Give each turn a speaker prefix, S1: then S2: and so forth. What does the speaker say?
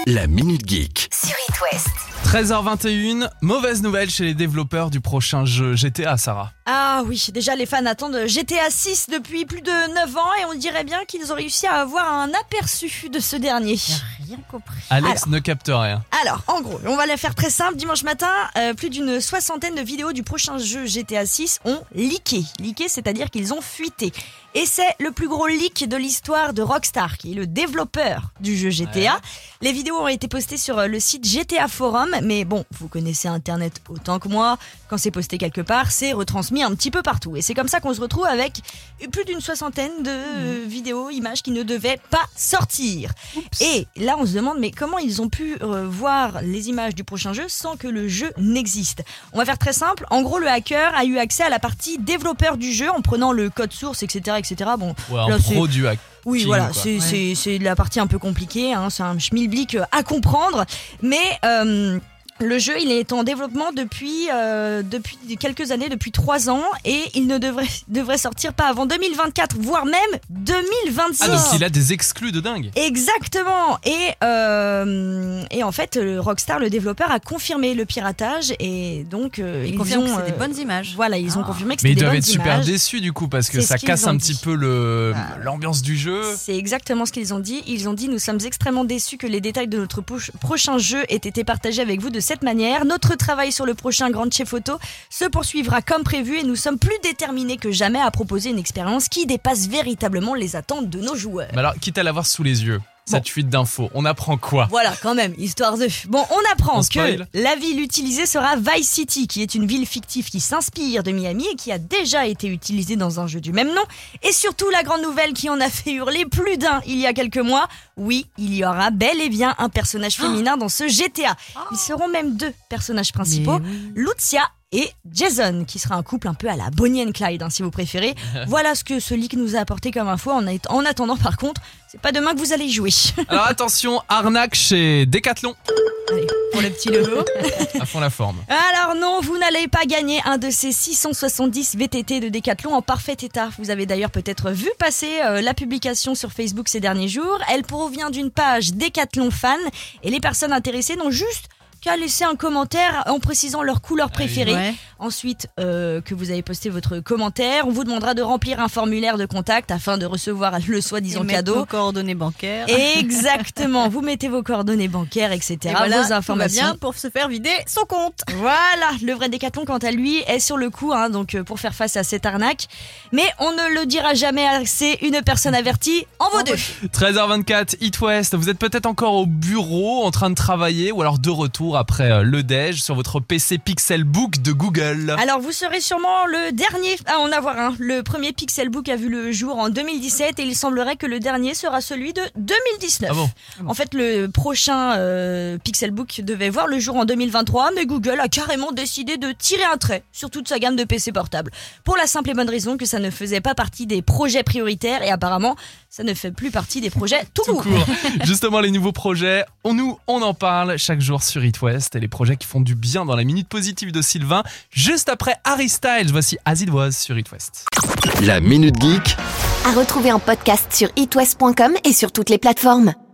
S1: La Minute Geek.
S2: Sur It West.
S3: 13h21, mauvaise nouvelle chez les développeurs du prochain jeu GTA, Sarah.
S4: Ah oui, déjà les fans attendent GTA 6 depuis plus de 9 ans et on dirait bien qu'ils ont réussi à avoir un aperçu de ce dernier.
S2: Rien compris.
S3: Alex ne capte rien.
S4: Alors, en gros, on va la faire très simple. Dimanche matin, plus d'une soixantaine de vidéos du prochain jeu GTA 6 ont leaké. Leaké, c'est-à-dire qu'ils ont fuité. Et c'est le plus gros leak de l'histoire de Rockstar, qui est le développeur du jeu GTA. Ouais. Les vidéos ont été postées sur le site GTA Forum, mais bon, vous connaissez Internet autant que moi. Quand c'est posté quelque part, c'est retransmis un petit peu partout. Et c'est comme ça qu'on se retrouve avec plus d'une soixantaine de vidéos, images qui ne devaient pas sortir. Oups. Et là, on se demande, mais comment ils ont pu voir les images du prochain jeu sans que le jeu n'existe? On va faire très simple. En gros, le hacker a eu accès à la partie développeur du jeu en prenant le code source, etc.
S3: Ouais, là, pro du hack.
S4: Oui, voilà, c'est la partie un peu compliquée, hein, c'est un schmilblick à comprendre, mais le jeu, il est en développement depuis quelques années, depuis 3 ans, et il ne devrait sortir pas avant 2024, voire même 2026.
S3: Ah, donc il a des exclus de dingue.
S4: Exactement. Et en fait, Rockstar, le développeur, a confirmé le piratage, et donc
S2: ils confirment que c'est des bonnes images.
S4: Voilà, ils ont confirmé que c'était des bonnes images.
S3: Mais ils doivent être super déçus du coup, parce que ça casse un petit peu l'ambiance du jeu.
S4: C'est exactement ce qu'ils ont dit. Ils ont dit: nous sommes extrêmement déçus que les détails de notre prochain jeu aient été partagés avec vous de cette manière. Notre travail sur le prochain Grand Theft Auto se poursuivra comme prévu et nous sommes plus déterminés que jamais à proposer une expérience qui dépasse véritablement les attentes de nos joueurs.
S3: Mais alors, quitte à l'avoir sous les yeux, cette fuite d'infos, on apprend quoi?
S4: Voilà, quand même, histoire de... Bon, on apprend que la ville utilisée sera Vice City, qui est une ville fictive qui s'inspire de Miami et qui a déjà été utilisée dans un jeu du même nom. Et surtout, la grande nouvelle qui en a fait hurler plus d'un il y a quelques mois, oui, il y aura bel et bien un personnage féminin dans ce GTA. Ils seront même 2 personnages principaux, Lucia et Jason, qui sera un couple un peu à la Bonnie and Clyde, hein, si vous préférez. Voilà ce que ce leak nous a apporté comme info. En attendant, par contre, c'est pas demain que vous allez jouer.
S3: Alors attention, arnaque chez Decathlon.
S4: Allez, pour le petit logo.
S3: À fond la forme.
S4: Alors non, vous n'allez pas gagner un de ces 670 VTT de Decathlon en parfait état. Vous avez d'ailleurs peut-être vu passer la publication sur Facebook ces derniers jours. Elle provient d'une page Decathlon Fan et les personnes intéressées n'ont juste qu'à laisser un commentaire en précisant leur couleur préférée. Ouais. Ensuite, que vous avez posté votre commentaire, on vous demandera de remplir un formulaire de contact afin de recevoir le soi-disant cadeau.
S2: Vos coordonnées bancaires.
S4: Exactement, vous mettez vos coordonnées bancaires, etc.
S2: Et voilà,
S4: vos informations.
S2: Tout va bien pour se faire vider son compte.
S4: Voilà, le vrai Decathlon, quant à lui, est sur le coup, hein, donc pour faire face à cette arnaque. Mais on ne le dira jamais assez, une personne avertie en vaut 2.
S3: 13h24, It West, vous êtes peut-être encore au bureau en train de travailler ou alors de retour après le déj sur votre PC Pixelbook de Google.
S4: Alors vous serez sûrement le dernier à en avoir un. Le premier Pixelbook a vu le jour en 2017 et il semblerait que le dernier sera celui de 2019.
S3: Ah bon.
S4: En fait, le prochain Pixelbook devait voir le jour en 2023, mais Google a carrément décidé de tirer un trait sur toute sa gamme de PC portables. Pour la simple et bonne raison que ça ne faisait pas partie des projets prioritaires et apparemment ça ne fait plus partie des projets tout court.
S3: Justement, les nouveaux projets, on en parle chaque jour sur It West et les projets qui font du bien dans la minute positive de Sylvain. Juste après Harry Styles, voici As It Was sur It West.
S1: La Minute Geek.
S2: À retrouver en podcast sur itwest.com et sur toutes les plateformes.